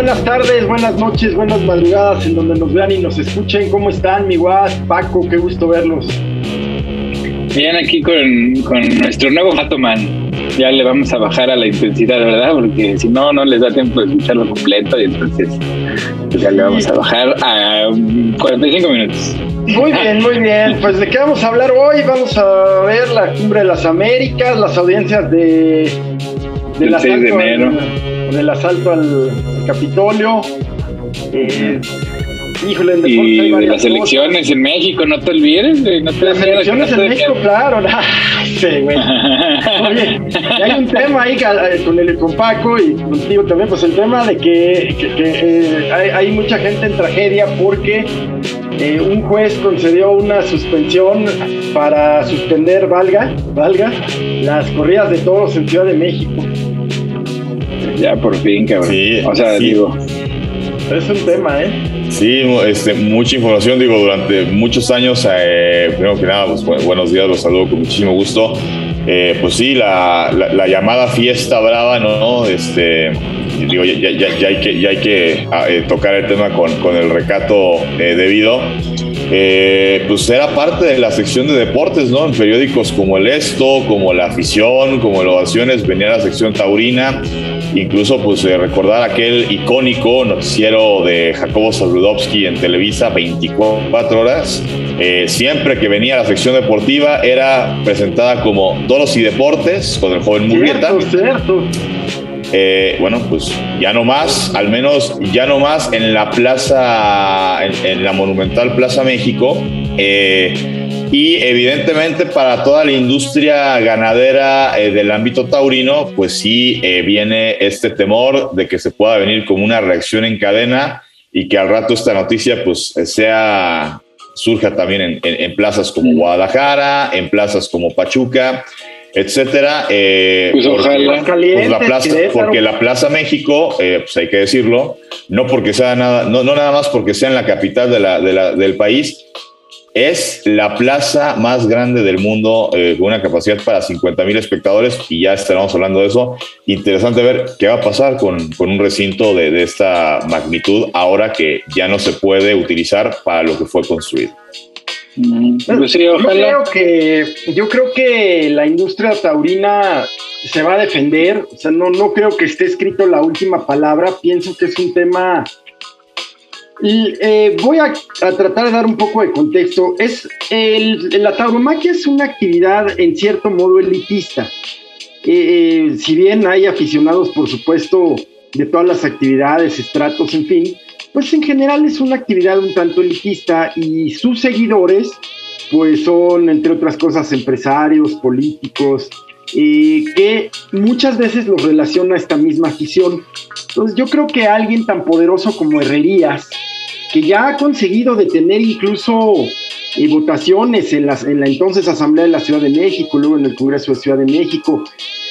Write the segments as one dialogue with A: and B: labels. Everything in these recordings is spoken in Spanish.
A: buenas tardes, buenas noches, buenas madrugadas, en donde nos vean y nos escuchen. ¿Cómo están, mi guas? Paco, qué gusto verlos.
B: Bien, aquí con nuestro nuevo Hatoman. Ya le vamos a bajar a la intensidad, ¿verdad? Porque si no, no les da tiempo de escucharlo completo y entonces pues ya le vamos a bajar a 45 minutos.
A: Muy bien, muy bien. Pues ¿de qué vamos a hablar hoy? Vamos a ver la Cumbre de las Américas, las audiencias del
B: 6 de enero.
A: Del asalto al Capitolio. Híjole, en
B: deportes hay varias las elecciones cosas. En México, no te olvides, güey. No te
A: las elecciones en México, claro. Sí, güey. Oye, hay un tema ahí con Paco y contigo también, pues el tema de que hay mucha gente en tragedia porque un juez concedió una suspensión para suspender, valga, las corridas de toros en Ciudad de México.
B: Ya por fin, cabrón.
C: Sí,
B: o sea,
C: sí.
B: Digo.
A: Es un tema,
C: Sí, mucha información, durante muchos años, primero que nada, pues, buenos días, los saludo con muchísimo gusto. Pues sí, la llamada fiesta brava, ¿no? Digo, ya hay que tocar el tema con el recato debido. Pues era parte de la sección de deportes, ¿no? En periódicos como El Esto, como La Afición, como El Ovaciones, venía la sección taurina. Incluso pues recordar aquel icónico noticiero de Jacobo Zabludovsky en Televisa, 24 horas. Siempre que venía la sección deportiva era presentada como Toros y Deportes con el joven Murrieta.
A: Cierto.
C: Bueno, pues ya no más, al menos ya no más en la plaza, en la monumental Plaza México. Y evidentemente para toda la industria ganadera del ámbito taurino, pues sí viene este temor de que se pueda venir como una reacción en cadena y que al rato esta noticia pues surja también en plazas como Guadalajara, en plazas como Pachuca, etcétera.
B: Pues ojalá.
C: Porque la Plaza México, pues hay que decirlo, no porque sea no nada más porque sea en la capital del país. Es la plaza más grande del mundo, con una capacidad para 50,000 espectadores, y ya estaremos hablando de eso. Interesante ver qué va a pasar con un recinto de esta magnitud ahora que ya no se puede utilizar para lo que fue construido.
B: Pues sí, ojalá.
A: Yo creo que la industria taurina se va a defender. O sea, no creo que esté escrito la última palabra. Pienso que es un tema... voy a tratar de dar un poco de contexto. La tauromaquia es una actividad en cierto modo elitista. Si bien hay aficionados, por supuesto, de todas las actividades, estratos, en fin, pues en general es una actividad un tanto elitista y sus seguidores pues son, entre otras cosas, empresarios, políticos, que muchas veces los relaciona a esta misma afición. Entonces yo creo que alguien tan poderoso como Herrerías, que ya ha conseguido detener incluso votaciones en la entonces Asamblea de la Ciudad de México, luego en el Congreso de Ciudad de México,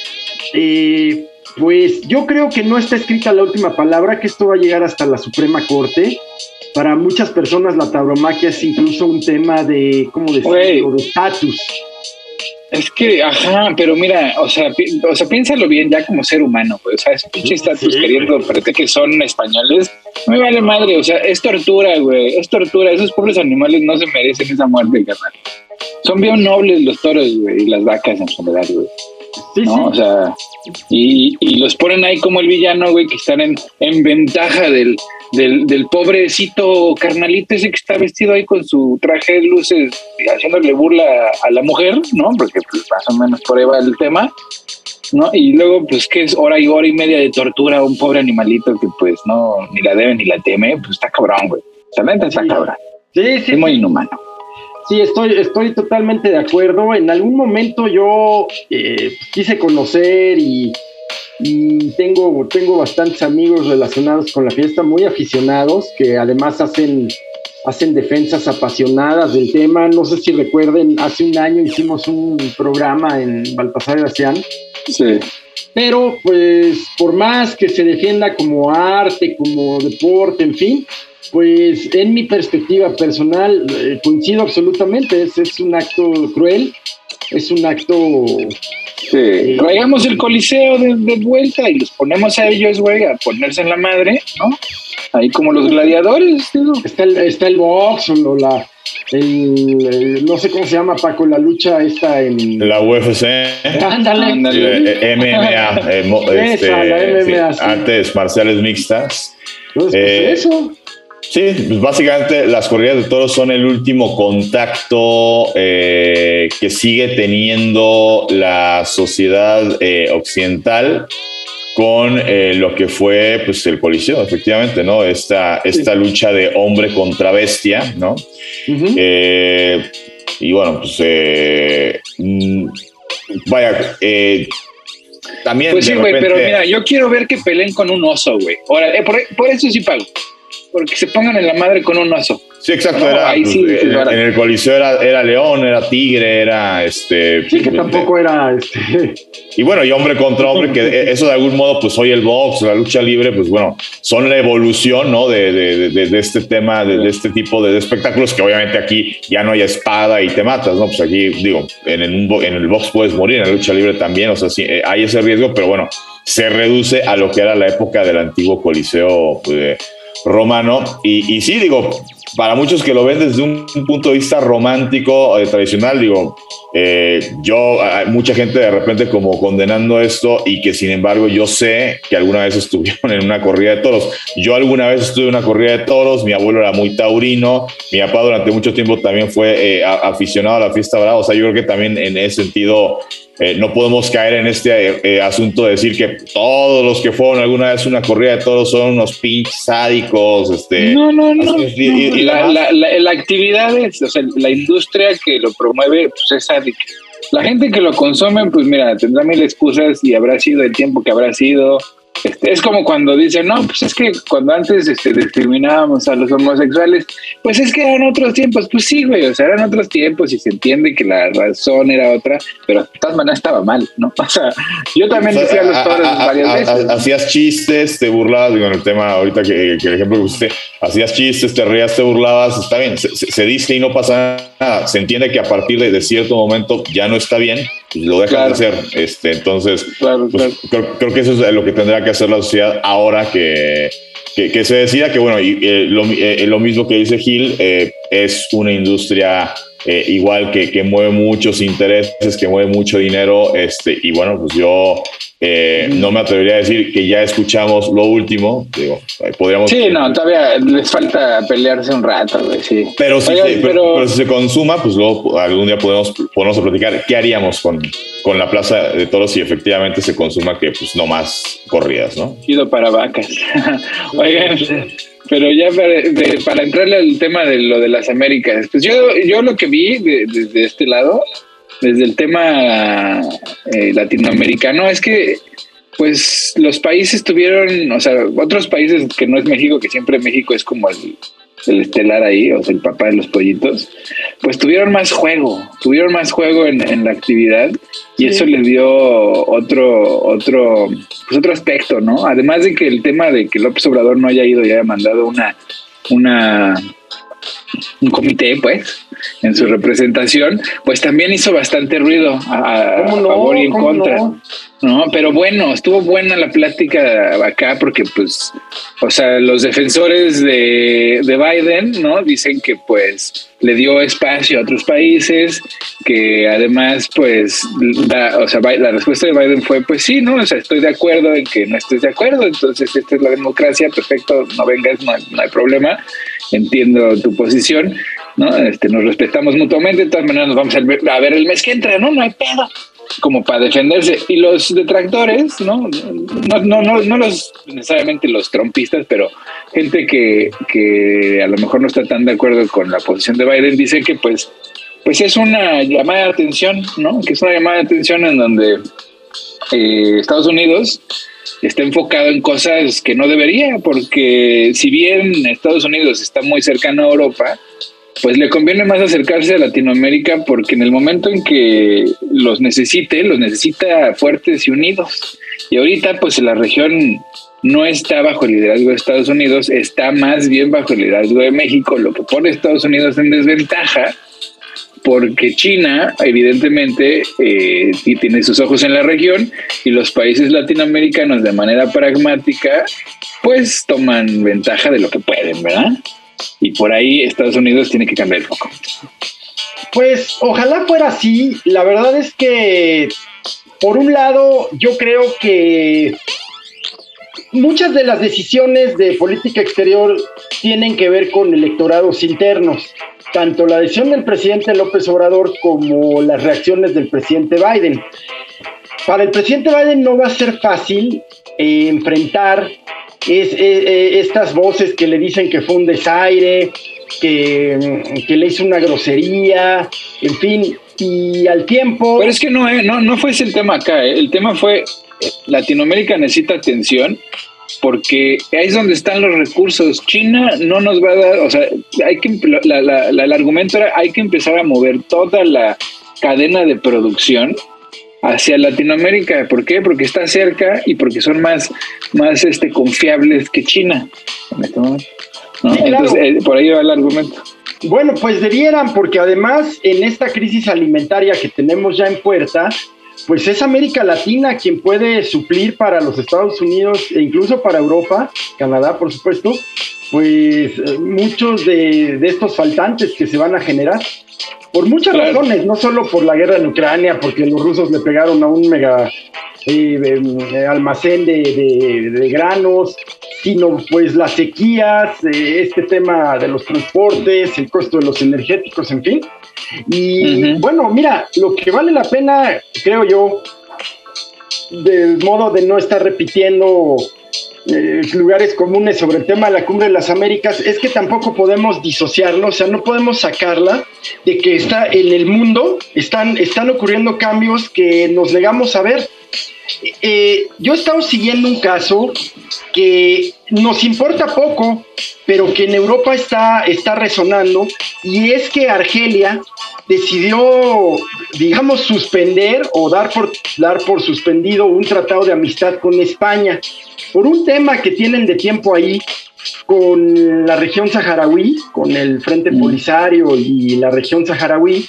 A: pues yo creo que no está escrita la última palabra, que esto va a llegar hasta la Suprema Corte. Para muchas personas la tauromaquia es incluso un tema de, ¿cómo decirlo?, de estatus.
B: Es que, pero mira, o sea, piénsalo bien ya como ser humano, pues, o sea, ese pinche estatus queriendo parecer que son españoles, no me vale madre, o sea, es tortura, güey, es tortura, esos pobres animales no se merecen esa muerte, carnal. Son bien nobles los toros, güey, y las vacas en general, güey.
A: Sí,
B: ¿no?
A: sí.
B: O sea, y los ponen ahí como el villano, güey, que están en ventaja del pobrecito carnalito ese que está vestido ahí con su traje de luces haciéndole burla a la mujer, ¿no? Porque pues más o menos por ahí va el tema, ¿no? Y luego pues que es hora y media de tortura a un pobre animalito que pues no, ni la debe ni la teme, pues está cabrón, güey. O sea, neta está cabrón.
A: Sí.
B: Es muy inhumano.
A: Sí, estoy totalmente de acuerdo. En algún momento yo quise conocer y tengo bastantes amigos relacionados con la fiesta, muy aficionados, que además hacen defensas apasionadas del tema. No sé si recuerden, hace un año hicimos un programa en Baltasar Gracián.
B: Sí.
A: Pero pues por más que se defienda como arte, como deporte, en fin, pues en mi perspectiva personal coincido absolutamente. Es un acto cruel, es un acto
B: Traigamos el Coliseo de vuelta y los ponemos a ellos, güey, a ponerse en la madre, ¿no? Ahí como los gladiadores, digo.
A: Está el box, no sé cómo se llama, Paco, la lucha esta en...
C: La UFC.
A: Ándale.
C: MMA.
A: La MMA, sí.
C: Artes marciales mixtas.
A: Entonces, eso.
C: Sí, pues básicamente las corridas de toros son el último contacto que sigue teniendo la sociedad occidental con lo que fue pues el Coliseo, efectivamente, ¿no? Esta lucha de hombre contra bestia, ¿no? Uh-huh. Y bueno, pues vaya, también.
B: Pues sí, güey, pero mira, yo quiero ver que peleen con un oso, güey. Ahora, por eso sí pago. Porque se pongan en la madre con un oso.
C: Sí, exacto. No, era, pues, sí, en el Coliseo era león, era tigre, era
A: Sí, que tampoco era
C: Y bueno, y hombre contra hombre, que eso de algún modo, pues hoy el box, la lucha libre, pues bueno, son la evolución, ¿no? De este tema, de este tipo de espectáculos, que obviamente aquí ya no hay espada y te matas, ¿no? Pues aquí, digo, en el box puedes morir, en la lucha libre también, o sea, sí, hay ese riesgo, pero bueno, se reduce a lo que era la época del antiguo Coliseo, pues, romano, y sí, digo, para muchos que lo ven desde un punto de vista romántico, tradicional, digo, hay mucha gente de repente como condenando esto, y que sin embargo yo sé que alguna vez estuvieron en una corrida de toros. Yo alguna vez estuve en una corrida de toros, mi abuelo era muy taurino, mi papá durante mucho tiempo también fue aficionado a la fiesta brava, o sea, yo creo que también en ese sentido no podemos caer en este asunto de decir que todos los que fueron alguna vez a una corrida de toros son unos pinches sádicos.
B: No. La actividad es, o sea, la industria que lo promueve, pues es sádica. La gente que lo consume, pues mira, tendrá mil excusas y habrá sido el tiempo que habrá sido. Es como cuando dicen, no, pues es que cuando antes discriminábamos a los homosexuales, pues es que eran otros tiempos. Pues sí, güey, o sea, eran otros tiempos y se entiende que la razón era otra, pero de todas maneras estaba mal, ¿no? O sea, yo también decía a los toros varias veces.
C: Hacías chistes, te burlabas, digo, en el tema ahorita que el ejemplo que usted, hacías chistes, te reías, te burlabas, está bien, se dice y no pasa nada. Se entiende que a partir de cierto momento ya no está bien, pues lo dejas de hacer. Entonces, pues, creo que eso es lo que tendrá que hacer la sociedad ahora que se decida que, bueno, lo mismo que dice Gil, es una industria igual que mueve muchos intereses, que mueve mucho dinero, y bueno, pues yo no me atrevería a decir que ya escuchamos lo último, digo, podríamos...
B: Sí, no, todavía les falta pelearse un rato, güey, sí.
C: Pero si se consuma, pues luego algún día podemos platicar qué haríamos con la plaza de toros si efectivamente se consuma, que pues no más corridas, ¿no?
B: Chido para vacas. Oigan, pero ya para entrarle al tema de lo de las Américas, pues yo lo que vi desde este lado, desde el tema latinoamericano, es que pues los países tuvieron, o sea, otros países que no es México, que siempre México es como el estelar ahí, o sea, el papá de los pollitos, pues tuvieron más juego en la actividad, y sí, eso les dio otro aspecto, ¿no? Además de que el tema de que López Obrador no haya ido y haya mandado un comité, pues, en su representación, pues también hizo bastante ruido a favor y en contra. No, pero bueno, estuvo buena la plática acá porque, pues, o sea, los defensores de Biden, ¿no? Dicen que, pues, le dio espacio a otros países, que además, pues, la respuesta de Biden fue, pues sí, ¿no? O sea, estoy de acuerdo en que no estés de acuerdo, entonces esta es la democracia, perfecto, no vengas, no hay problema, entiendo tu posición, ¿no? Nos respetamos mutuamente, de todas maneras nos vamos a ver el mes que entra, ¿no? No hay pedo. Como para defenderse. Y los detractores, ¿no? No necesariamente los trumpistas, pero gente que a lo mejor no está tan de acuerdo con la posición de Biden, dice que pues es una llamada de atención, ¿no? Que es una llamada de atención en donde Estados Unidos está enfocado en cosas que no debería, porque si bien Estados Unidos está muy cercano a Europa, pues le conviene más acercarse a Latinoamérica, porque en el momento en que los necesita fuertes y unidos. Y ahorita, pues la región no está bajo el liderazgo de Estados Unidos, está más bien bajo el liderazgo de México, lo que pone a Estados Unidos en desventaja, porque China, evidentemente, tiene sus ojos en la región y los países latinoamericanos, de manera pragmática, pues toman ventaja de lo que pueden, ¿verdad? Y por ahí Estados Unidos tiene que cambiar un poco.
A: Pues ojalá fuera así. La verdad es que, por un lado, yo creo que muchas de las decisiones de política exterior tienen que ver con electorados internos, tanto la decisión del presidente López Obrador como las reacciones del presidente Biden. Para el presidente Biden no va a ser fácil enfrentar estas voces que le dicen que fue un desaire, que le hizo una grosería, en fin, y al tiempo...
B: Pero es que no fue ese el tema acá, el tema fue Latinoamérica necesita atención porque ahí es donde están los recursos. China no nos va a dar, o sea, el argumento era hay que empezar a mover toda la cadena de producción hacia Latinoamérica. ¿Por qué? Porque está cerca y porque son más confiables que China en este momento, ¿no? Sí, claro. Entonces, por ahí va el argumento.
A: Bueno, pues debieran, porque además en esta crisis alimentaria que tenemos ya en puerta, pues es América Latina quien puede suplir para los Estados Unidos e incluso para Europa, Canadá, por supuesto, pues muchos de estos faltantes que se van a generar. Por muchas razones, no solo por la guerra en Ucrania, porque los rusos le pegaron a un mega almacén de granos, sino pues las sequías, este tema de los transportes, el costo de los energéticos, en fin. Y bueno, mira, lo que vale la pena, creo yo, del modo de no estar repitiendo lugares comunes sobre el tema de la Cumbre de las Américas, es que tampoco podemos disociarlo, o sea, no podemos sacarla de que está en el mundo, están ocurriendo cambios que nos negamos a ver. Yo he estado siguiendo un caso que nos importa poco, pero que en Europa está resonando, y es que Argelia decidió, digamos, suspender o dar por suspendido un tratado de amistad con España por un tema que tienen de tiempo ahí con la región saharaui, con el Frente Polisario y la región saharaui.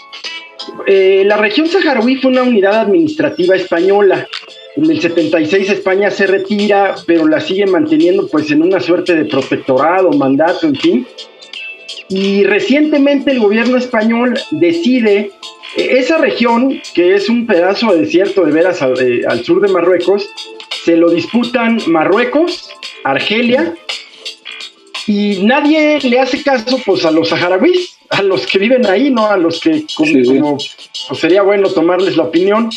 A: La región saharaui fue una unidad administrativa española. En el 76 España se retira, pero la sigue manteniendo pues en una suerte de protectorado, mandato, en fin. Y recientemente el gobierno español decide esa región, que es un pedazo de desierto de veras al sur de Marruecos, se lo disputan Marruecos, Argelia, y nadie le hace caso pues a los saharauis, a los que viven ahí, no a los que como pues sería bueno tomarles la opinión.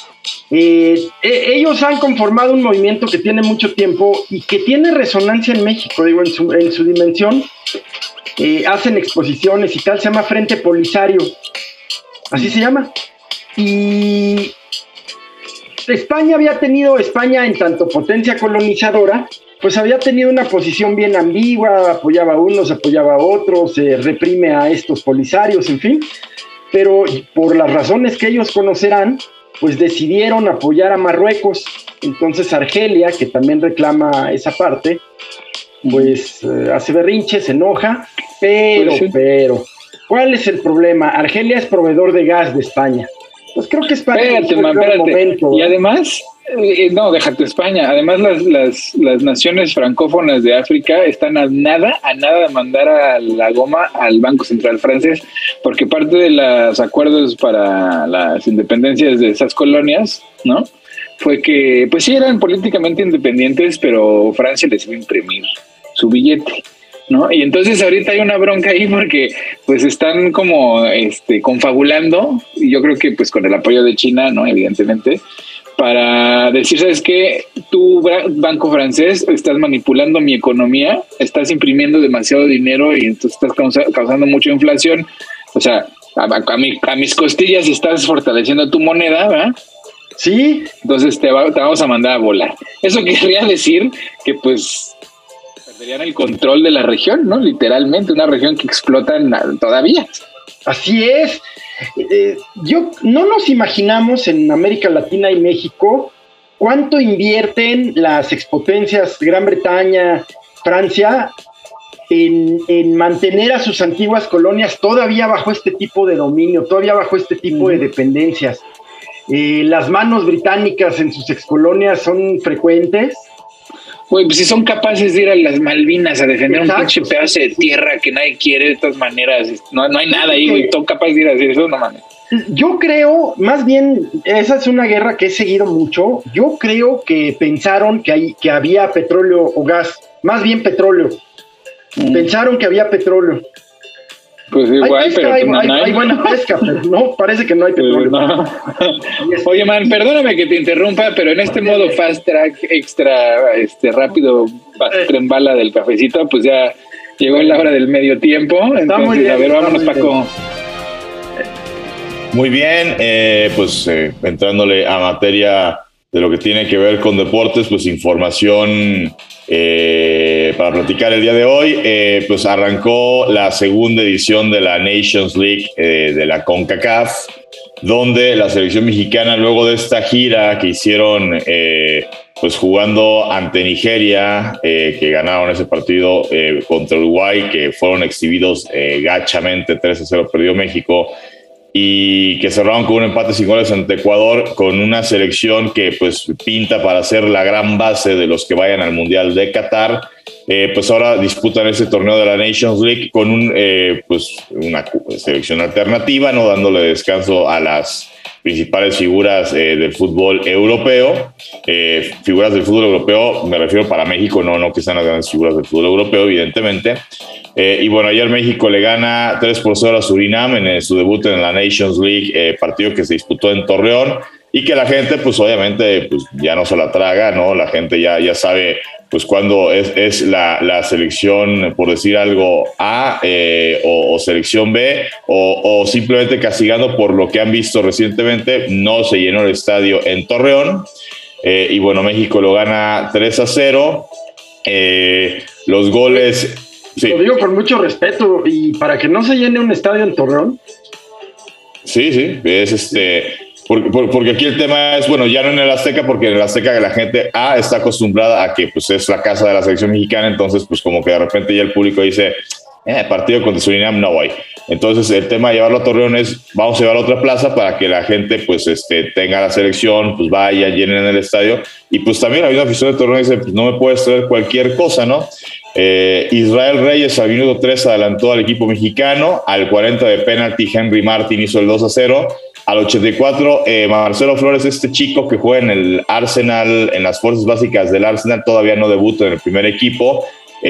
A: Ellos han conformado un movimiento que tiene mucho tiempo y que tiene resonancia en México, digo, en su dimensión. Hacen exposiciones y tal, se llama Frente Polisario, así se llama. Y España en tanto potencia colonizadora, pues había tenido una posición bien ambigua, apoyaba a unos, apoyaba a otros, reprime a estos polisarios, en fin, pero por las razones que ellos conocerán, pues decidieron apoyar a Marruecos. Entonces Argelia, que también reclama esa parte, pues hace berrinche, se enoja, pero, ¿cuál es el problema? Argelia es proveedor de gas de España. Pues creo que España
B: es un momento. Y además, no, déjate España, además las naciones francófonas de África están a nada de mandar a la goma al Banco Central francés, porque parte de los acuerdos para las independencias de esas colonias, ¿no?, fue que, pues sí, eran políticamente independientes, pero Francia les iba a imprimir su billete, ¿no? Y entonces ahorita hay una bronca ahí porque pues están como confabulando, y yo creo que pues con el apoyo de China, ¿no?, evidentemente, para decir, ¿sabes qué? Tú, banco francés, estás manipulando mi economía, estás imprimiendo demasiado dinero y entonces estás causando mucha inflación. O sea, a mis costillas estás fortaleciendo tu moneda, ¿verdad?
A: Sí.
B: Entonces te vamos a mandar a volar. Eso querría decir que pues perderían el control de la región, ¿no? Literalmente, una región que explotan todavía.
A: Así es. No nos imaginamos en América Latina y México cuánto invierten las expotencias Gran Bretaña, Francia, en mantener a sus antiguas colonias todavía bajo este tipo de dominio, todavía bajo este tipo de dependencias. Las manos británicas en sus excolonias son frecuentes.
B: Güey, pues si son capaces de ir a las Malvinas a defender un pinche pedazo de tierra que nadie quiere de todas maneras, no hay nada ahí, güey, son capaces de ir a hacer eso, no mames.
A: Yo creo, más bien, esa es una guerra que he seguido mucho. Yo creo que pensaron que había petróleo o gas, más bien petróleo. Pensaron que había petróleo.
B: Pues igual,
A: pesca,
B: pero
A: hay buena pesca, pero no, parece que no hay petróleo.
B: No. Oye, man, perdóname que te interrumpa, pero en este modo fast track extra rápido, tren bala del cafecito, pues ya llegó la hora del medio tiempo. Entonces, bien, a ver, vámonos, Paco.
C: Muy bien, pues entrándole a materia de lo que tiene que ver con deportes, pues información para platicar el día de hoy. Pues arrancó la segunda edición de la Nations League de la CONCACAF, donde la selección mexicana, luego de esta gira que hicieron pues jugando ante Nigeria, que ganaron ese partido contra Uruguay, que fueron exhibidos gachamente, 3-0 perdió México, y que cerraron con un empate sin goles ante Ecuador, con una selección que pues pinta para ser la gran base de los que vayan al Mundial de Qatar. Pues ahora disputan ese torneo de la Nations League con pues una selección alternativa, ¿no? Dándole descanso a las principales figuras del fútbol europeo. Figuras del fútbol europeo, me refiero para México, no que sean las grandes figuras del fútbol europeo, evidentemente. Y bueno, ayer México le gana 3-0 a Surinam en su debut en la Nations League, partido que se disputó en Torreón, y que la gente, pues obviamente, pues ya no se la traga, ¿no? La gente ya sabe, pues cuando es la selección, por decir algo, A o selección B, o simplemente castigando por lo que han visto recientemente. No se llenó el estadio en Torreón, y bueno, México lo gana 3-0. Los goles... Sí.
A: Lo digo con mucho respeto, y para que no se llene un estadio en Torreón.
C: Sí, es porque aquí el tema es, bueno, ya no en el Azteca, porque en el Azteca la gente está acostumbrada a que pues es la casa de la selección mexicana, entonces pues como que de repente ya el público dice, partido contra Surinam no voy. Entonces el tema de llevarlo a Torreón es, vamos a llevarlo a otra plaza para que la gente pues tenga la selección, pues vaya, llenen el estadio, y pues también la misma afición de Torreón dice, pues no me puedes traer cualquier cosa, ¿no? Israel Reyes al minuto 3 adelantó al equipo mexicano, al 40 de penalti Henry Martin hizo el 2-0, al 84 Marcelo Flores, este chico que juega en el Arsenal, en las fuerzas básicas del Arsenal, todavía no debuta en el primer equipo,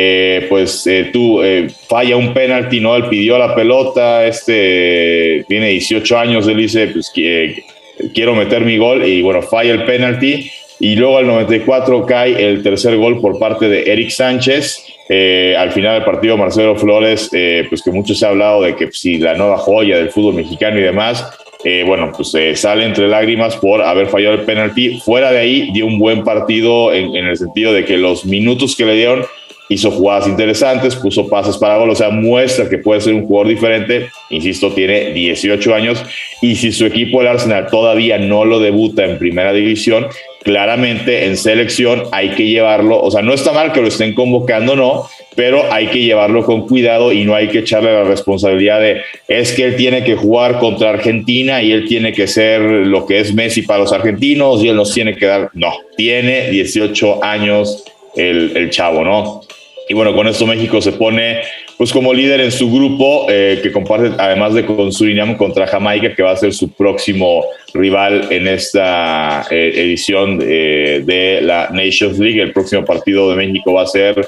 C: falla un penalti, ¿no? Él pidió la pelota, tiene 18 años, él dice, pues quiero meter mi gol, y bueno, falla el penalti. Y luego al 94 cae el tercer gol por parte de Eric Sánchez. Al final del partido, Marcelo Flores, pues que mucho se ha hablado de que pues, si la nueva joya del fútbol mexicano y demás, bueno, pues sale entre lágrimas por haber fallado el penalti. Fuera de ahí, dio un buen partido en el sentido de que los minutos que le dieron, hizo jugadas interesantes, puso pases para gol, o sea, muestra que puede ser un jugador diferente. Insisto, tiene 18 años, y si su equipo, el Arsenal, todavía no lo debuta en primera división, claramente en selección hay que llevarlo, o sea, no está mal que lo estén convocando, no, pero hay que llevarlo con cuidado y no hay que echarle la responsabilidad de, es que él tiene que jugar contra Argentina y él tiene que ser lo que es Messi para los argentinos y él nos tiene que dar, no, tiene 18 años el chavo, ¿no? Y bueno, con esto México se pone pues como líder en su grupo, que comparte además de con Surinam contra Jamaica, que va a ser su próximo rival en esta edición de la Nations League. El próximo partido de México va a ser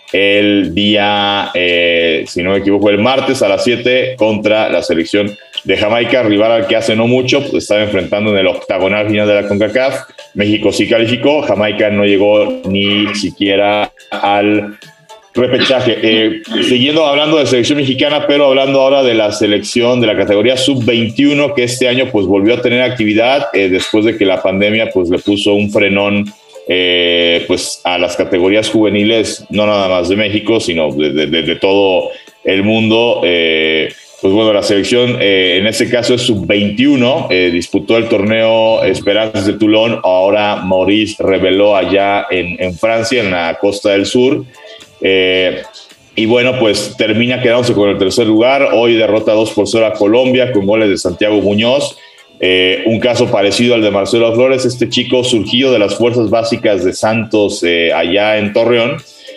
C: el día, si no me equivoco, el martes a las 7 contra la selección de Jamaica, rival al que hace no mucho pues, estaba enfrentando en el octagonal final de la CONCACAF. México sí calificó, Jamaica no llegó ni siquiera al repechaje. Siguiendo hablando de selección mexicana, pero hablando ahora de la selección de la categoría sub-21, que este año pues volvió a tener actividad después de que la pandemia pues le puso un frenón pues a las categorías juveniles, no nada más de México, sino de todo el mundo. Pues bueno, la selección en este caso es sub-21, disputó el torneo Esperanzas de Toulon, ahora Maurice reveló allá en Francia, en la Costa del Sur. Y bueno, pues termina quedándose con el tercer lugar. Hoy derrota 2-0 a Colombia con goles de Santiago Muñoz. Un caso parecido al de Marcelo Flores, este chico surgido de las fuerzas básicas de Santos allá en Torreón.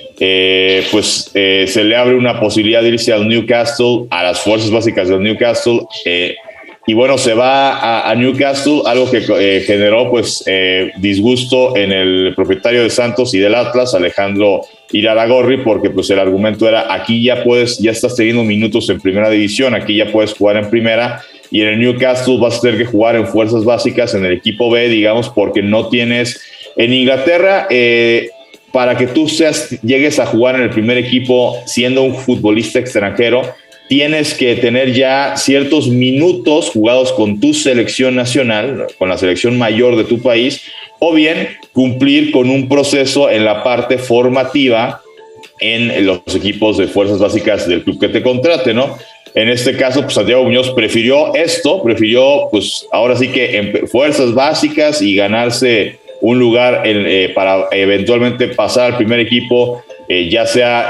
C: Se le abre una posibilidad de irse al Newcastle, a las fuerzas básicas del Newcastle. Y bueno, se va a Newcastle, algo que generó disgusto en el propietario de Santos y del Atlas, Alejandro Iraragorri, porque pues el argumento era: aquí ya estás teniendo minutos en primera división, aquí ya puedes jugar en primera, y en el Newcastle vas a tener que jugar en fuerzas básicas, en el equipo B, digamos, porque no tienes en Inglaterra. Para que tú llegues a jugar en el primer equipo siendo un futbolista extranjero, tienes que tener ya ciertos minutos jugados con tu selección nacional, con la selección mayor de tu país, o bien cumplir con un proceso en la parte formativa en los equipos de fuerzas básicas del club que te contrate, ¿no? En este caso, pues Santiago Muñoz prefirió pues ahora sí que en fuerzas básicas y ganarse un lugar para eventualmente pasar al primer equipo, ya sea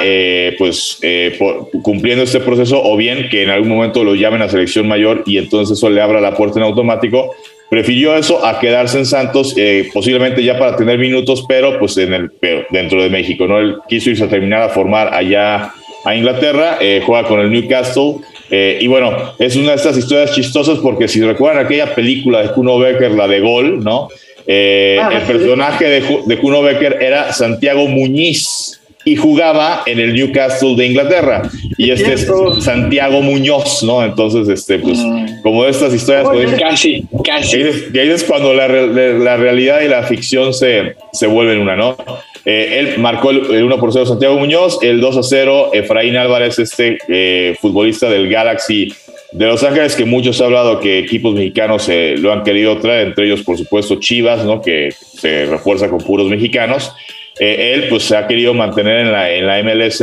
C: cumpliendo este proceso, o bien que en algún momento lo llamen a selección mayor y entonces eso le abra la puerta en automático. Prefirió eso a quedarse en Santos, posiblemente ya para tener minutos, pero pues dentro de México, ¿no? Él quiso irse a terminar a formar allá a Inglaterra, juega con el Newcastle. Y bueno, es una de estas historias chistosas porque si recuerdan aquella película de Kuno Becker, la de Gol, ¿no? El personaje de Kuno Becker era Santiago Muñiz y jugaba en el Newcastle de Inglaterra, y este es Santiago Muñoz, ¿no? Entonces, como de estas historias,
B: casi.
C: Y ahí es cuando la realidad y la ficción se vuelven una, ¿no? Él marcó el 1-0 Santiago Muñoz, el 2-0 Efraín Álvarez, futbolista del Galaxy de Los Ángeles, que muchos han hablado que equipos mexicanos lo han querido traer, entre ellos, por supuesto, Chivas, ¿no? Que se refuerza con puros mexicanos. Él pues se ha querido mantener en la MLS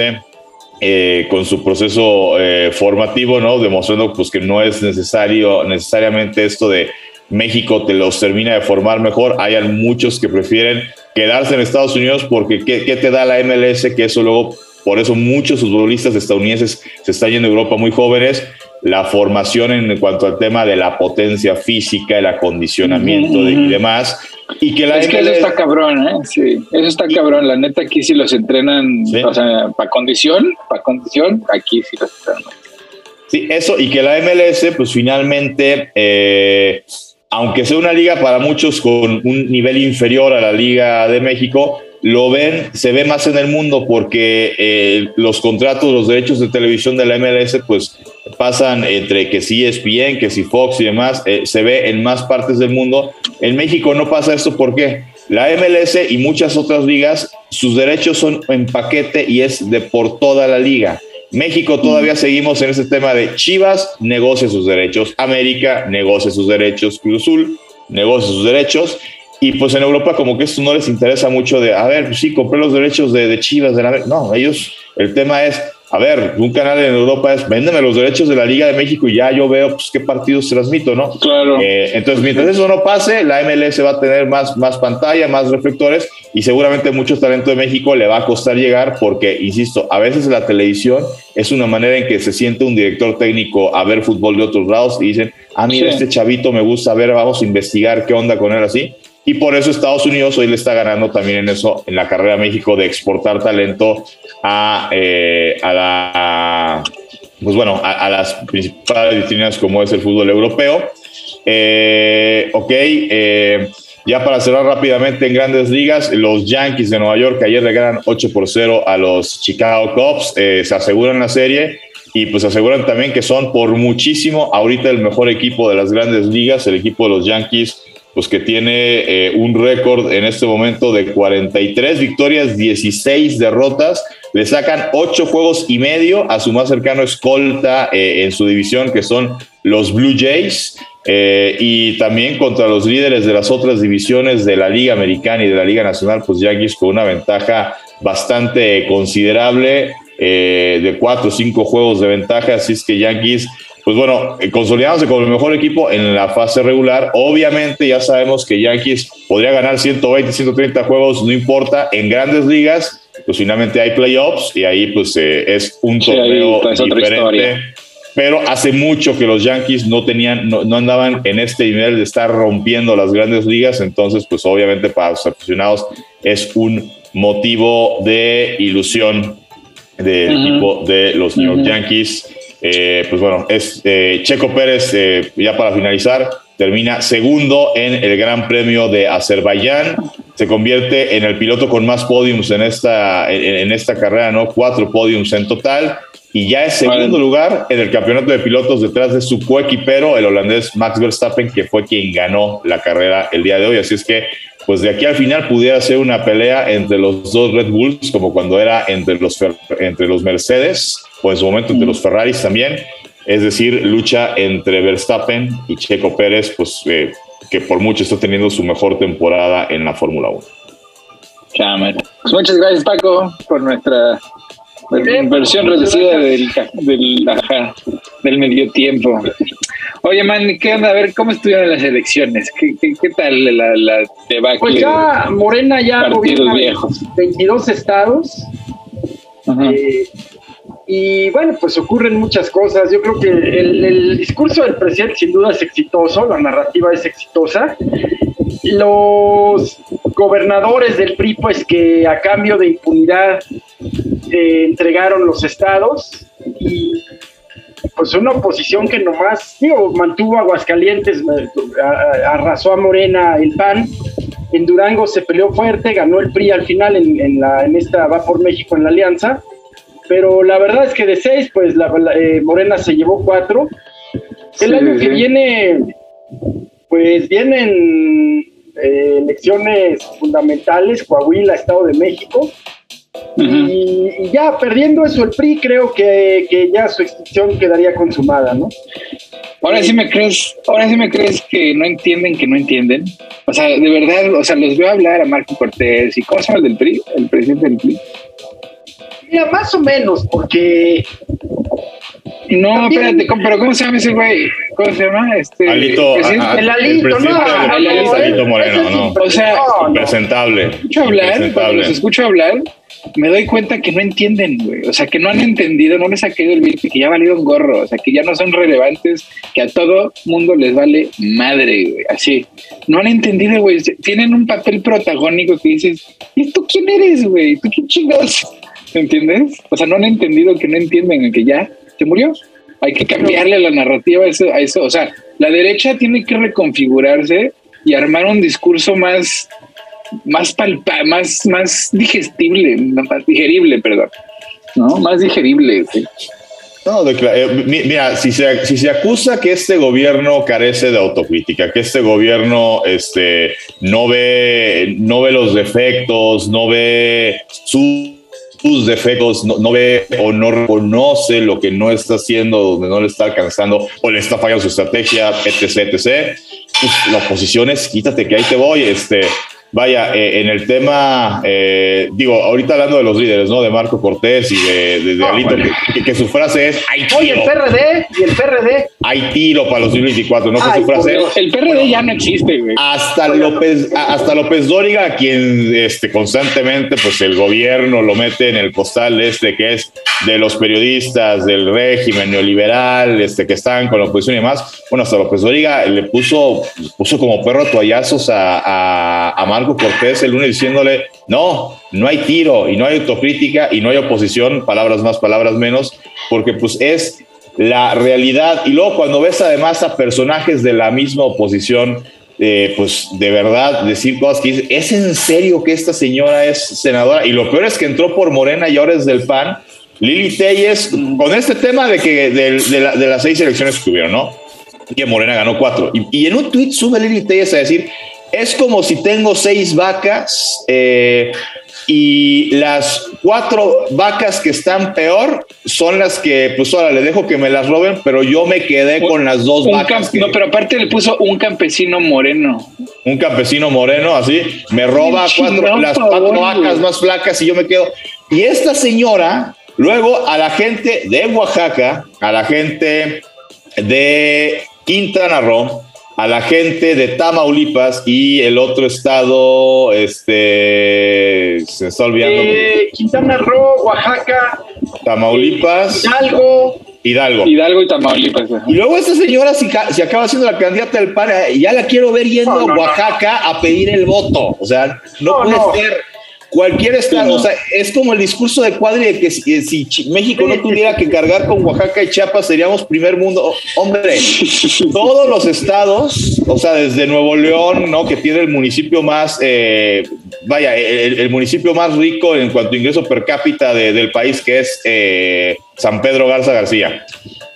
C: con su proceso formativo, ¿no? Demostrando pues que no es necesariamente esto de México te los termina de formar mejor. Hay muchos que prefieren quedarse en Estados Unidos porque ¿qué te da la MLS? Que eso luego, por eso muchos futbolistas estadounidenses se están yendo a Europa muy jóvenes. La formación en cuanto al tema de la potencia física, el acondicionamiento y demás. Y que
B: que eso está cabrón, ¿eh? Sí, eso está cabrón. La neta, aquí sí los entrenan, ¿sí? O sea, para condición, aquí sí los entrenan.
C: Sí, eso, y que la MLS, pues finalmente, aunque sea una liga para muchos con un nivel inferior a la Liga de México, se ve más en el mundo porque los contratos, los derechos de televisión de la MLS, pues pasan entre que si ESPN, que si Fox y demás, se ve en más partes del mundo. En México no pasa esto porque la MLS y muchas otras ligas, sus derechos son en paquete y es de por toda la liga. México todavía seguimos en ese tema de Chivas negocia sus derechos, América negocia sus derechos, Cruz Azul negocia sus derechos. Y pues en Europa como que esto no les interesa mucho de, a ver, pues sí, compré los derechos de Chivas, no, ellos, el tema es, a ver, un canal en Europa es, véndeme los derechos de la Liga de México y ya yo veo pues qué partidos transmito, ¿no?
B: Claro.
C: Entonces, mientras eso no pase, la MLS va a tener más pantalla, más reflectores, y seguramente mucho talento de México le va a costar llegar porque, insisto, a veces la televisión es una manera en que se siente un director técnico a ver fútbol de otros lados y dicen, mira, sí, este chavito me gusta, a ver, vamos a investigar qué onda con él así. Y por eso Estados Unidos hoy le está ganando también en eso, en la carrera a México, de exportar talento a las principales disciplinas como es el fútbol europeo. Ya para cerrar rápidamente en Grandes Ligas, los Yankees de Nueva York, que ayer le ganan 8-0 a los Chicago Cubs, se aseguran la serie y pues aseguran también que son por muchísimo ahorita el mejor equipo de las Grandes Ligas, el equipo de los Yankees, pues que tiene un récord en este momento de 43 victorias, 16 derrotas. Le sacan 8 juegos y medio a su más cercano escolta en su división, que son los Blue Jays, y también contra los líderes de las otras divisiones de la Liga Americana y de la Liga Nacional, pues Yankees con una ventaja bastante considerable, de 4 o 5 juegos de ventaja. Así es que Yankees, pues bueno, consolidándose como el mejor equipo en la fase regular. Obviamente ya sabemos que Yankees podría ganar 120, 130 juegos, no importa. En Grandes Ligas pues finalmente hay playoffs y ahí pues es un torneo diferente. Pero hace mucho que los Yankees no andaban en este nivel de estar rompiendo las grandes ligas, entonces pues obviamente para los aficionados es un motivo de ilusión del equipo de los New York Yankees. Pues bueno, es Checo Pérez, ya para finalizar, termina segundo en el Gran Premio de Azerbaiyán, se convierte en el piloto con más podiums en esta carrera, ¿no? 4 podiums en total, y ya es segundo lugar en el campeonato de pilotos detrás de su coequipero, el holandés Max Verstappen, que fue quien ganó la carrera el día de hoy. Así es que, pues de aquí al final pudiera ser una pelea entre los dos Red Bulls, como cuando era entre los Mercedes, o en su momento entre los Ferraris también. Es decir, lucha entre Verstappen y Checo Pérez, pues que por mucho está teniendo su mejor temporada en la Fórmula 1.
B: Pues muchas gracias, Paco, por nuestra versión reducida del medio tiempo. Oye, man, ¿qué onda? A ver, ¿cómo estuvieron las elecciones? ¿Qué tal la debacle?
A: Pues ya Morena ya gobierna 22 estados. Y bueno, pues ocurren muchas cosas. Yo creo que el discurso del presidente sin duda es exitoso, la narrativa es exitosa. Los gobernadores del PRI, pues que a cambio de impunidad entregaron los estados, y pues una oposición que nomás mantuvo Aguascalientes, arrasó a Morena el PAN. En Durango se peleó fuerte, ganó el PRI al final en esta Va por México en la alianza. Pero la verdad es que de 6, pues Morena se llevó 4. El año que viene, pues vienen elecciones fundamentales, Coahuila, Estado de México. Y ya perdiendo eso el PRI, creo que ya su extinción quedaría consumada, ¿no?
B: Ahora sí me crees que no entienden. O sea, de verdad, o sea, los veo hablar a Marco Cortés y ¿cómo se llama el del PRI? El presidente del PRI.
A: Mira, más o menos, porque...
B: No, también... espérate, pero ¿cómo se llama ese güey? ¿Cómo se llama?
C: Alito,
A: el Alito,
C: Alito Moreno, ¿no?
B: O sea,
C: impresentable.
B: Cuando los escucho hablar, me doy cuenta que no entienden, güey. O sea, que no han entendido, no les ha caído el billete, que ya valido un gorro, o sea, que ya no son relevantes, que a todo mundo les vale madre, güey. Así. No han entendido, güey. Tienen un papel protagónico que dices, ¿y tú quién eres, güey? ¿Tú qué chingados? ¿Entiendes? O sea, no han entendido que no entienden que ya se murió. Hay que cambiarle la narrativa a eso. O sea, la derecha tiene que reconfigurarse y armar un discurso más digestible, más digerible, perdón. ¿No? Más digerible, sí.
C: No, mira, si se acusa que este gobierno carece de autocrítica, que este gobierno no ve los defectos, no ve sus defectos, no ve o no reconoce lo que no está haciendo, donde no le está alcanzando o le está fallando su estrategia, etc. Pues la oposición es quítate que ahí te voy. Vaya, en el tema, ahorita hablando de los líderes, ¿no? De Marco Cortés y de Alito, bueno. que su frase es hay tiro.
A: Oye, el PRD.
C: Hay tiro para los 2024, ¿no? Que su frase es,
B: el PRD ya no existe, güey.
C: Hasta López Dóriga, a quien constantemente, pues el gobierno lo mete en el costal que es de los periodistas del régimen neoliberal, que están con la oposición y demás. Bueno, hasta López Dóriga le puso como perro toallazos a Marco Cortés el lunes diciéndole no hay tiro y no hay autocrítica y no hay oposición, palabras más, palabras menos, porque pues es la realidad. Y luego cuando ves además a personajes de la misma oposición, pues de verdad decir cosas que dices, ¿es en serio que esta señora es senadora? Y lo peor es que entró por Morena y ahora es del PAN. Lili Téllez, con este tema de las 6 elecciones que tuvieron, ¿no? Que Morena ganó 4. Y en un tuit sube Lili Téllez a decir, es como si tengo 6 vacas y las 4 vacas que están peor son las que, pues ahora le dejo que me las roben, pero yo me quedé con las 2 vacas.
B: No, pero aparte le puso un campesino moreno.
C: Un campesino moreno, así, me roba las 4 vacas más flacas y yo me quedo. Y esta señora, luego a la gente de Oaxaca, a la gente de Quintana Roo, a la gente de Tamaulipas y el otro estado, se está olvidando.
A: Quintana Roo, Oaxaca,
C: Tamaulipas, Hidalgo
B: y Tamaulipas.
C: Y luego esta señora, si acaba siendo la candidata del PAN, ya la quiero ver yendo a Oaxaca a pedir el voto. O sea, no puede ser. Cualquier estado, o sea, es como el discurso de Cuadri de que si México no tuviera que cargar con Oaxaca y Chiapas, seríamos primer mundo. Hombre, todos los estados, o sea, desde Nuevo León, ¿no? Que tiene el municipio más, el municipio más rico en cuanto a ingreso per cápita del país, que es San Pedro Garza García.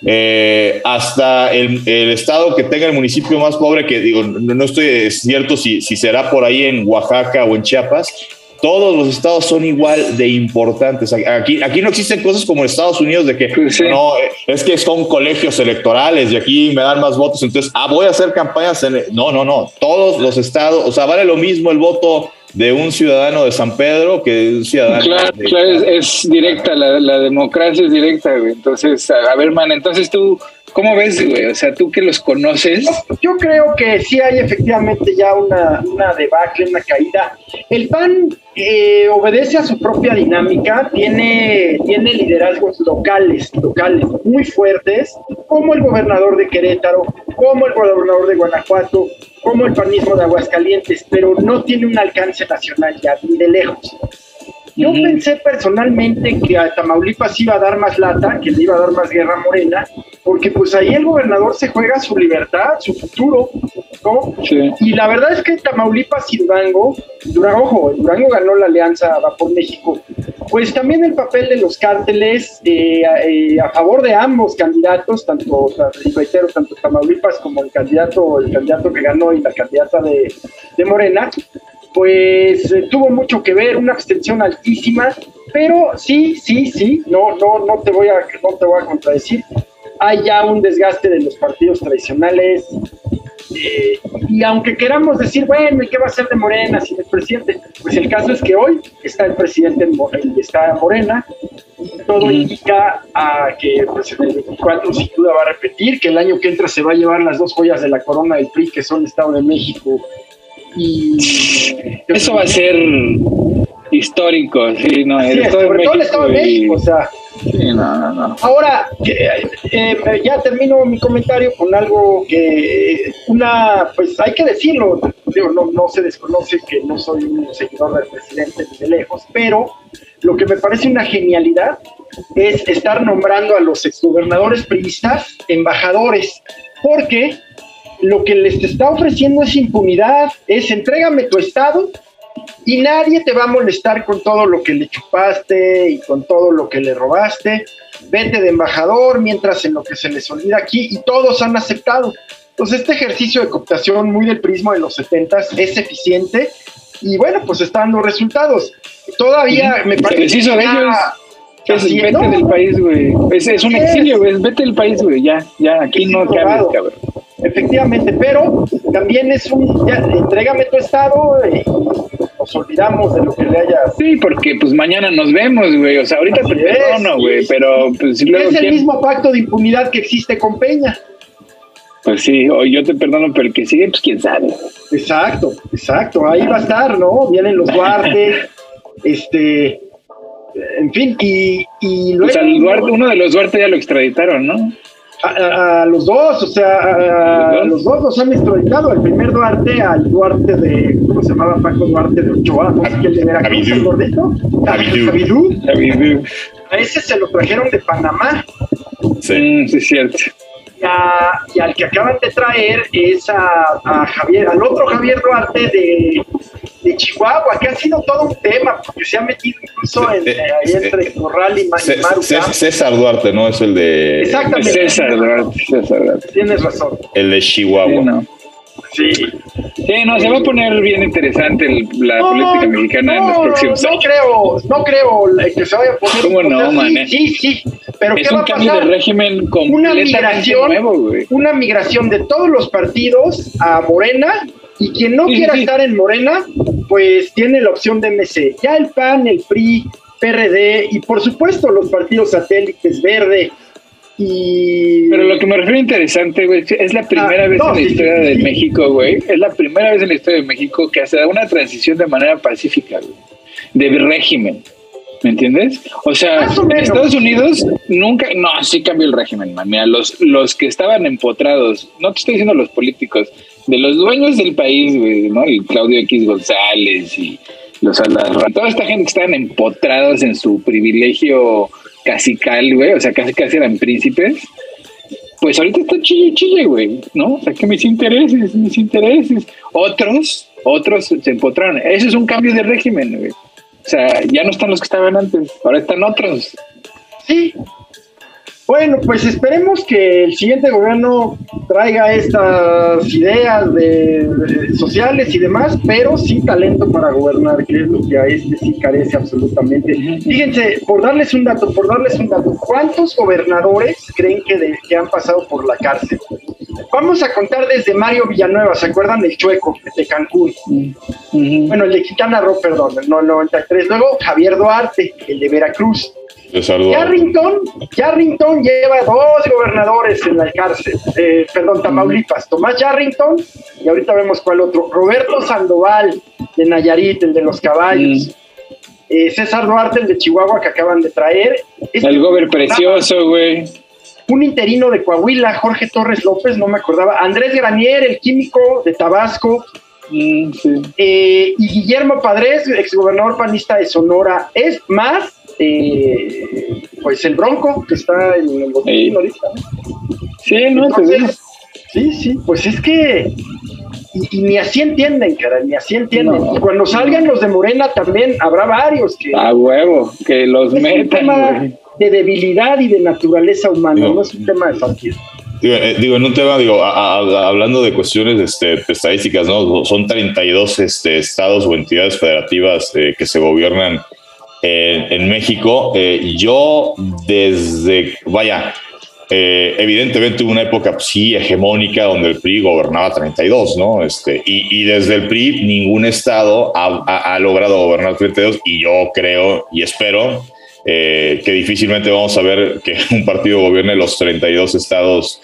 C: Hasta el estado que tenga el municipio más pobre, que digo, no estoy cierto si será por ahí en Oaxaca o en Chiapas. Todos los estados son igual de importantes. Aquí no existen cosas como en Estados Unidos de que no, es que son colegios electorales y aquí me dan más votos, entonces voy a hacer campañas no. Todos los estados, o sea, vale lo mismo el voto de un ciudadano de San Pedro que de un ciudadano.
B: Claro, es directa, la democracia es directa, güey. Entonces, a ver, man, entonces tú, ¿cómo ves, güey? O sea, tú que los conoces.
A: Yo creo que sí hay efectivamente ya una debacle, una caída. El PAN obedece a su propia dinámica, tiene liderazgos locales muy fuertes, como el gobernador de Querétaro, como el gobernador de Guanajuato, como el panismo de Aguascalientes, pero no tiene un alcance nacional ya, ni de lejos. Yo pensé personalmente que a Tamaulipas iba a dar más lata, que le iba a dar más guerra a Morena, porque pues ahí el gobernador se juega su libertad, su futuro, ¿no? Sí. Y la verdad es que Tamaulipas y Durango ganó la alianza Va por México, pues también el papel de los cárteles a favor de ambos candidatos, tanto Tamaulipas como el candidato que ganó y la candidata de Morena, pues tuvo mucho que ver, una abstención altísima, pero sí, no te voy a contradecir, hay ya un desgaste de los partidos tradicionales, y aunque queramos decir, bueno, ¿y qué va a hacer de Morena sin el presidente? Pues el caso es que hoy está el presidente y está Morena, todo indica a que pues, en el 24 sin duda va a repetir, que el año que entra se va a llevar las dos joyas de la corona del PRI, que son Estado de México y...
B: Eso va a ser histórico, sí, ¿no?
A: Sí, sobre todo el Estado de México, o sea...
B: Sí, no.
A: Ahora, ya termino mi comentario con algo que pues hay que decirlo, digo, no se desconoce que no soy un seguidor del presidente ni de lejos, pero lo que me parece una genialidad es estar nombrando a los exgobernadores priistas embajadores, porque lo que les está ofreciendo es impunidad, es entrégame tu estado y nadie te va a molestar con todo lo que le chupaste y con todo lo que le robaste, vete de embajador, mientras en lo que se les olvida aquí, y todos han aceptado. Entonces este ejercicio de cooptación muy del prismo de los 70s es eficiente y bueno, pues está dando resultados. Todavía me parece
B: que de ellos vete del país, güey. Es un exilio, güey. Vete del país, güey. Ya, aquí no cabes, cabrón.
A: Efectivamente, pero también es entrégame tu estado y nos olvidamos de lo que le haya...
B: Sí, porque pues mañana nos vemos, güey. O sea, ahorita te perdono, güey, pero pues luego...
A: Es el mismo pacto de impunidad que existe con Peña.
B: Pues sí, o yo te perdono, pero el que sigue, pues quién sabe.
A: Exacto. Ahí va a estar, ¿no? Vienen los Duarte, en fin, y luego...
B: O sea, uno de los Duarte ya lo extraditaron, ¿no?
A: A los dos, o sea, los dos los han extraditado. El primer Duarte, al Duarte de, ¿cómo se llamaba? Paco Duarte de Ochoa, no sé quién le era, ¿cómo el gordito? Javidú. A ese se lo trajeron de Panamá.
B: Sí, sí, es cierto.
A: Y al que acaban de traer es a Javier, al otro Javier Duarte de Chihuahua, que ha sido todo un tema, porque se ha metido incluso ahí entre Corral y Maru.
C: César Duarte, ¿no? Es el de...
A: Exactamente.
B: César Duarte.
A: Tienes razón.
C: El de Chihuahua.
A: Sí,
B: se va a poner bien interesante la política mexicana en los próximos años.
A: No creo que se vaya a poner...
B: ¿Cómo no, man?
A: Sí, pero
B: es
A: ¿qué va a pasar?
B: Es un cambio de régimen completamente nuevo, güey.
A: Una migración de todos los partidos a Morena, y quien no quiera estar en Morena, pues tiene la opción de MC. Ya el PAN, el PRI, PRD, y por supuesto los partidos satélites, Verde...
B: Pero lo que me refiero interesante, güey, es la primera vez en la historia de México, güey. Es la primera vez en la historia de México que se da una transición de manera pacífica, güey. de régimen. ¿Me entiendes? O sea, en Estados Unidos nunca, no, sí cambió el régimen, man. Mira, los que estaban empotrados, no te estoy diciendo los políticos, de los dueños del país, güey, ¿no? El Claudio X González y los Alarra, toda esta gente que estaban empotrados en su privilegio cacical, güey, o sea, casi eran príncipes, pues ahorita está chille, güey, ¿no? O sea, que mis intereses. Otros se empotraron. Eso es un cambio de régimen, güey. O sea, ya no están los que estaban antes, ahora están otros.
A: Sí. Bueno, pues esperemos que el siguiente gobierno traiga estas ideas de sociales y demás, pero sin talento para gobernar, que es lo que a este sí carece absolutamente. Fíjense, por darles un dato, ¿cuántos gobernadores creen que han pasado por la cárcel? Vamos a contar desde Mario Villanueva, ¿se acuerdan del Chueco de Cancún? Bueno, el de Quintana Roo, perdón, no, 93. Luego Javier Duarte, el de Veracruz. Yarrington lleva 2 gobernadores en la cárcel, Tamaulipas, Tomás Yarrington, y ahorita vemos cuál otro, Roberto Sandoval, de Nayarit, el de los caballos, César Duarte, el de Chihuahua, que acaban de traer.
B: El gober precioso, güey.
A: Un interino de Coahuila, Jorge Torres López, no me acordaba, Andrés Granier, el químico de Tabasco,
B: sí.
A: Y Guillermo Padres, exgobernador panista de Sonora. Es más, pues el Bronco, que está en el botín ahorita, ¿no?
B: Sí, no, entonces,
A: sí, pues es que y ni así entienden, cara, ni así entienden. No. Y cuando salgan los de Morena también habrá varios que
B: a huevo, que los metan,
A: un tema de debilidad y de naturaleza humana, no es un tema de partido.
C: Digo, en un tema, hablando de cuestiones estadísticas, ¿no? Son 32 estados o entidades federativas que se gobiernan en México. Yo evidentemente hubo una época sí hegemónica donde el PRI gobernaba 32, ¿no? Y desde el PRI ningún estado ha logrado gobernar 32, y yo creo y espero que difícilmente vamos a ver que un partido gobierne los 32 estados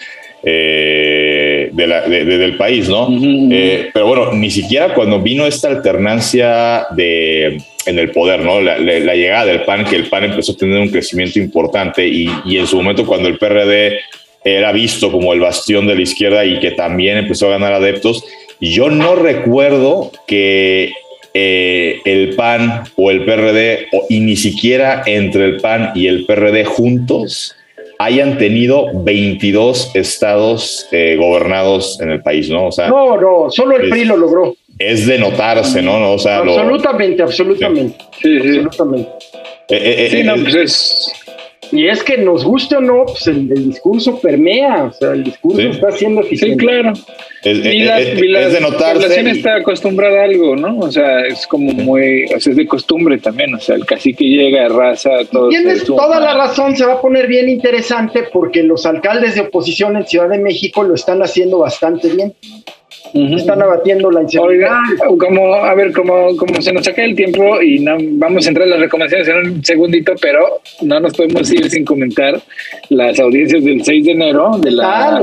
C: del país, ¿no? Pero bueno, ni siquiera cuando vino esta alternancia en el poder, ¿no? La llegada del PAN, que el PAN empezó a tener un crecimiento importante, y en su momento cuando el PRD era visto como el bastión de la izquierda y que también empezó a ganar adeptos, yo no recuerdo que el PAN o el PRD, y ni siquiera entre el PAN y el PRD juntos, hayan tenido 22 estados gobernados en el país, ¿no? O sea,
A: no, solo el PRI lo logró.
C: Es de notarse, ¿no? O sea,
A: absolutamente.
B: Sí.
A: Absolutamente.
B: Pues es...
A: Y es que nos guste o no, pues el discurso permea, o sea, el discurso está siendo eficiente.
B: Sí, claro.
C: Es de notarse.
B: La población está acostumbrada a algo, ¿no? O sea, es como muy, o sea, es de costumbre también, o sea, el cacique llega, arrasa, todo.
A: Tienes toda la razón, se va a poner bien interesante porque los alcaldes de oposición en Ciudad de México lo están haciendo bastante bien. Están abatiendo la inseguridad.
B: Oiga, como se nos saca el tiempo y no vamos a entrar en las recomendaciones en un segundito, pero no nos podemos ir sin comentar las audiencias del 6 de enero de la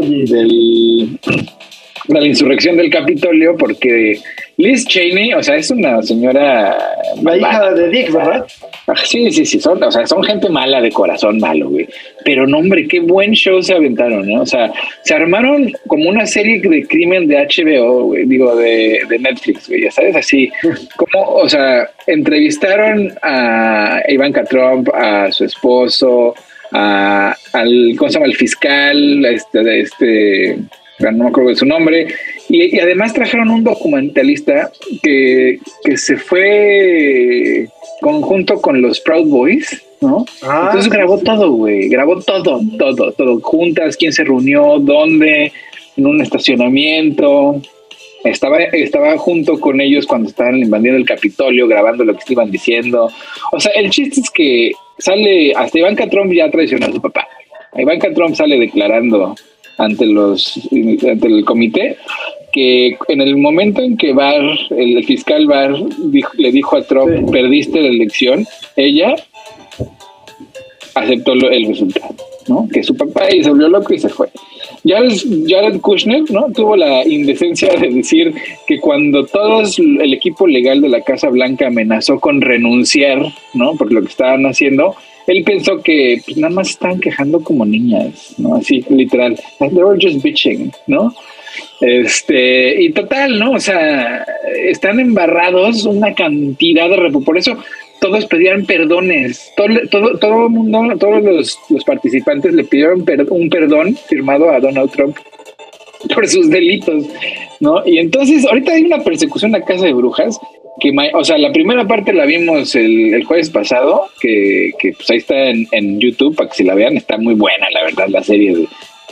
B: insurrección del Capitolio, porque Liz Cheney, o sea, es una señora...
A: La hija de Dick, ¿verdad?
B: Sí, son gente mala de corazón malo, güey. Pero no, hombre, qué buen show se aventaron, ¿no? O sea, se armaron como una serie de crimen de HBO, güey, digo, de Netflix, güey, ya sabes, así. Como, o sea, entrevistaron a Ivanka Trump, a su esposo, al fiscal, no me acuerdo de su nombre, y además trajeron un documentalista que se fue conjunto con los Proud Boys, ¿no? Entonces grabó todo, güey, todo, juntas, quién se reunió, dónde, en un estacionamiento, estaba junto con ellos cuando estaban invadiendo el Capitolio, grabando lo que se iban diciendo. O sea, el chiste es que sale, hasta Ivanka Trump ya traicionó a su papá. Ivanka Trump sale declarando ante el comité que en el momento en que el fiscal Barr le dijo a Trump, perdiste la elección, ella aceptó el resultado, ¿no? Que su papá se volvió loco y se fue. Jared Kushner, ¿no? Tuvo la indecencia de decir que cuando el equipo legal de la Casa Blanca amenazó con renunciar, ¿no? Por lo que estaban haciendo, él pensó que pues, nada más estaban quejando como niñas, ¿no? Así, literal. They were just bitching, ¿no? Y total, ¿no? O sea, están embarrados una cantidad de por eso todos pedían perdones, todo el mundo, todos los participantes le pidieron un perdón firmado a Donald Trump por sus delitos, ¿no? Y entonces ahorita hay una persecución a Casa de Brujas que, o sea, la primera parte la vimos el jueves pasado, que pues ahí está en YouTube para que si la vean, está muy buena, la verdad, la serie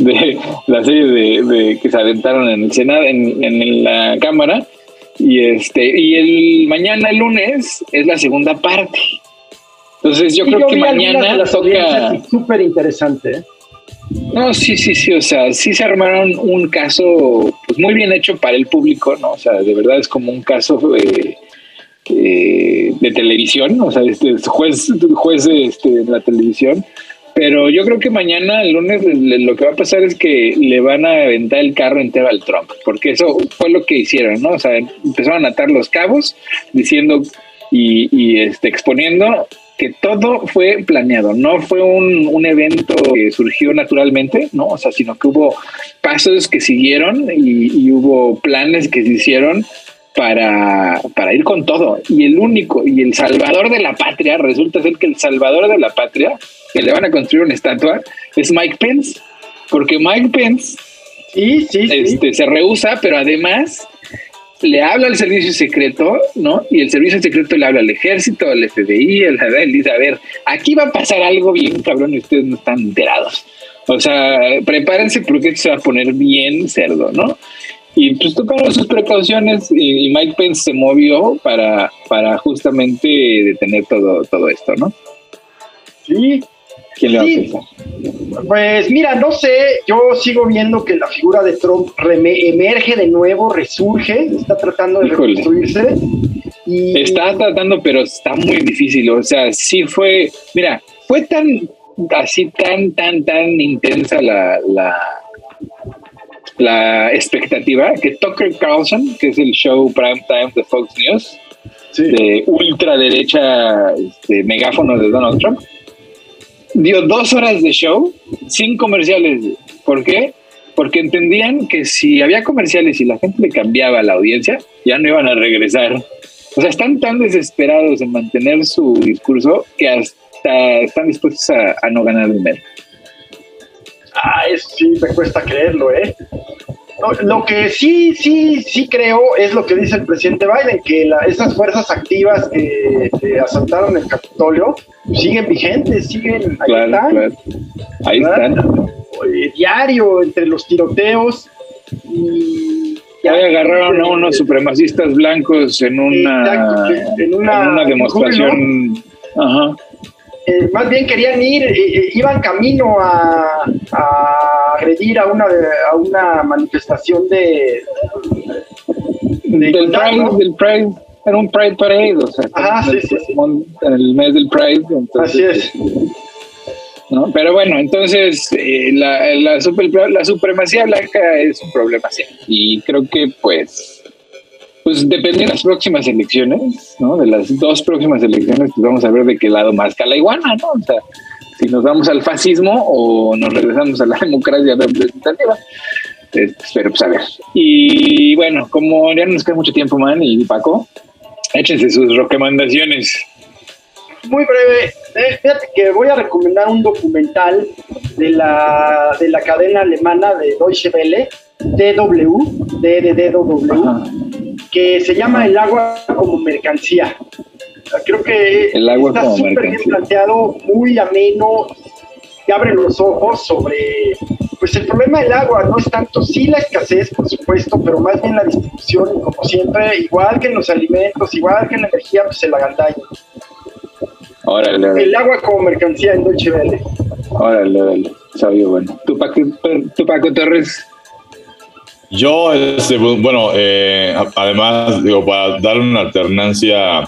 B: de que se aventaron en el Senado, en la Cámara. Y el mañana, el lunes, es la segunda parte. Entonces yo creo que mañana toca...
A: Súper interesante, ¿eh?
B: No, sí, o sea, sí se armaron un caso pues muy bien hecho para el público, ¿no? O sea, de verdad es como un caso de televisión, o sea, juez en la televisión. Pero yo creo que mañana, el lunes, lo que va a pasar es que le van a aventar el carro entero al Trump, porque eso fue lo que hicieron, ¿no? O sea, empezaron a atar los cabos diciendo y exponiendo que todo fue planeado, no fue un evento que surgió naturalmente, ¿no? O sea, sino que hubo pasos que siguieron y hubo planes que se hicieron para ir con todo. Y el salvador de la patria, resulta ser que el salvador de la patria, que le van a construir una estatua, es Mike Pence, porque Mike Pence se rehúsa, pero además le habla al servicio secreto, ¿no? Y el servicio secreto le habla al ejército, al FBI, él dice, a ver, aquí va a pasar algo bien cabrón y ustedes no están enterados. O sea, prepárense porque se va a poner bien cerdo, ¿no? Y pues tomaron sus precauciones y Mike Pence se movió para justamente detener todo esto, ¿no?
A: Sí.
B: ¿Quién le va a pensar?
A: Pues mira, no sé, yo sigo viendo que la figura de Trump emerge de nuevo, resurge, está tratando de reconstruirse. Y... Está
B: tratando, pero está muy difícil, o sea, sí fue, mira, fue tan intensa la expectativa que Tucker Carlson, que es el show primetime de Fox News, de ultraderecha, megáfono de Donald Trump, dio 2 horas de show sin comerciales. ¿Por qué? Porque entendían que si había comerciales y la gente le cambiaba la audiencia, ya no iban a regresar. O sea, están tan desesperados en mantener su discurso que hasta están dispuestos a no ganar dinero.
A: Eso sí me cuesta creerlo, ¿eh? No, lo que sí creo es lo que dice el presidente Biden, que esas fuerzas activas que asaltaron el Capitolio siguen vigentes,
B: ahí están.
A: Diario, entre los tiroteos y...
B: Hoy agarraron a unos supremacistas blancos en una demostración. Ajá.
A: Más bien querían iban camino a agredir a una manifestación del
B: Pride, era un Pride Parade, o sea, en el mes del Pride. Entonces,
A: así es.
B: ¿No? Pero bueno, entonces la supremacía blanca es un problema serio y creo que pues depende de las próximas elecciones, ¿no? De las 2 próximas elecciones, pues vamos a ver de qué lado más la iguana, ¿no? O sea, si nos vamos al fascismo o nos regresamos a la democracia representativa. Pero pues a ver. Y bueno, como ya no nos queda mucho tiempo, Man y Paco, échense sus recomendaciones.
A: Muy breve. Fíjate que voy a recomendar un documental de la cadena alemana de Deutsche Welle, DW, que se llama El agua como mercancía. Creo que está súper bien planteado, muy ameno, que abre los ojos sobre pues el problema del agua. No es tanto la escasez, por supuesto, pero más bien la distribución, y como siempre, igual que en los alimentos, igual que en la energía, pues el agandaño.
C: Órale.
A: El agua como mercancía en Deutsche Welle.
B: Órale, sabio, bueno. ¿Tú, Paco Torres?
C: Yo, además, digo, para darle una alternancia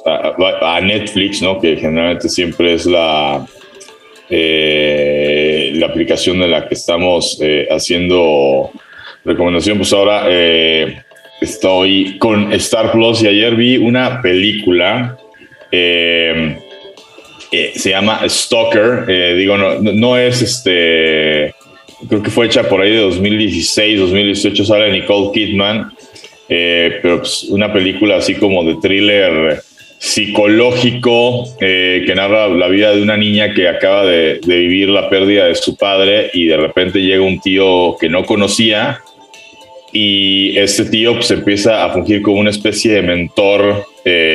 C: a Netflix, ¿no? Que generalmente siempre es la aplicación de la que estamos haciendo recomendación, pues ahora estoy con Star Plus y ayer vi una película, se llama Stalker, no es creo que fue hecha por ahí de 2016, 2018, sale Nicole Kidman, pero pues una película así como de thriller psicológico que narra la vida de una niña que acaba de vivir la pérdida de su padre y de repente llega un tío que no conocía y este tío pues empieza a fungir como una especie de mentor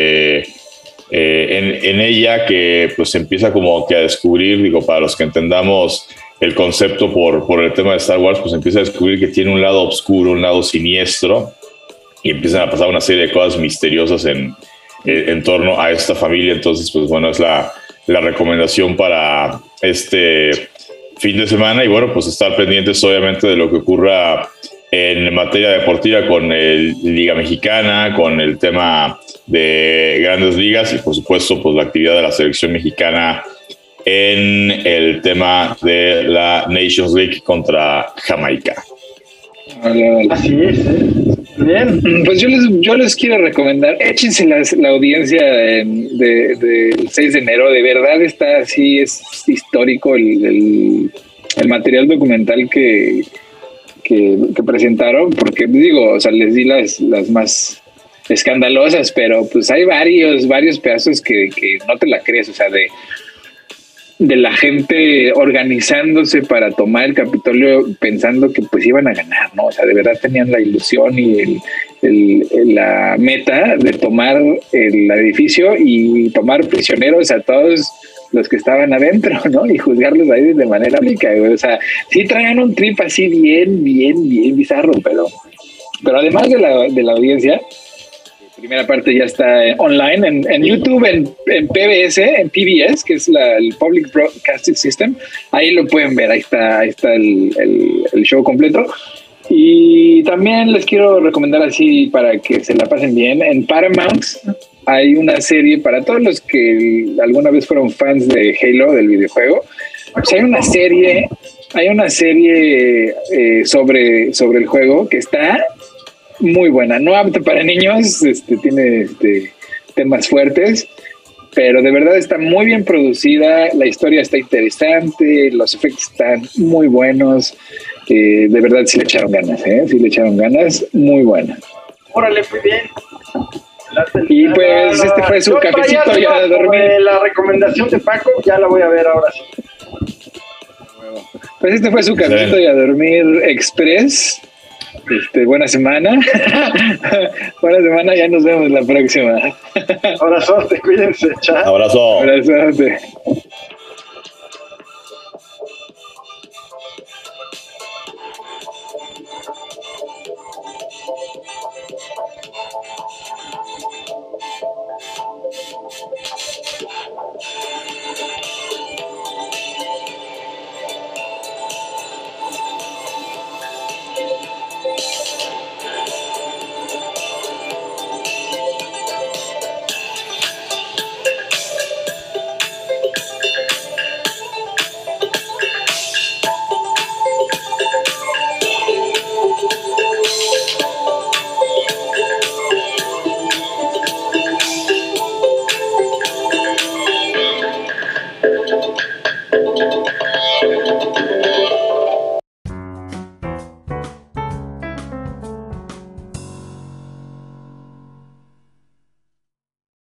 C: en ella, que pues empieza como que a descubrir, digo, para los que entendamos el concepto por el tema de Star Wars, pues empieza a descubrir que tiene un lado oscuro, un lado siniestro, y empiezan a pasar una serie de cosas misteriosas en torno a esta familia. Entonces, pues bueno, es la recomendación para este fin de semana, y bueno, pues estar pendientes obviamente de lo que ocurra en materia deportiva con el Liga Mexicana, con el tema de Grandes Ligas y por supuesto pues la actividad de la selección mexicana en el tema de la Nations League contra Jamaica.
A: Así es, Bien.
B: Pues yo les quiero recomendar, échense la audiencia del 6 de enero, de verdad está así, es histórico el material documental que presentaron, porque digo, o sea, les di las más escandalosas, pero pues hay varios pedazos que no te la crees, o sea, de la gente organizándose para tomar el Capitolio pensando que pues iban a ganar, ¿no? O sea, de verdad tenían la ilusión y la meta de tomar el edificio y tomar prisioneros a todos los que estaban adentro, ¿no? Y juzgarlos ahí de manera pública, güey. O sea, sí traían un trip así bien bizarro, pero además de la audiencia, la primera parte ya está online en YouTube, en PBS, en PBS, que es el Public Broadcasting System. Ahí lo pueden ver, ahí está el show completo. Y también les quiero recomendar así para que se la pasen bien. En Paramount hay una serie para todos los que alguna vez fueron fans de Halo, del videojuego. Pues hay una serie sobre el juego que está muy buena. No apta para niños, tiene temas fuertes, pero de verdad está muy bien producida. La historia está interesante, los efectos están muy buenos. De verdad sí le echaron ganas, muy buena.
A: Órale, muy bien.
B: Y pues este fue su cafecito ya de dormir.
A: La recomendación de Paco, ya la voy a ver ahora sí.
B: Pues este fue su cafecito y a dormir express. Buena semana. Buena semana, ya nos vemos la próxima.
A: Abrazote, cuídense, chao.
C: Abrazo.
B: Abrazote.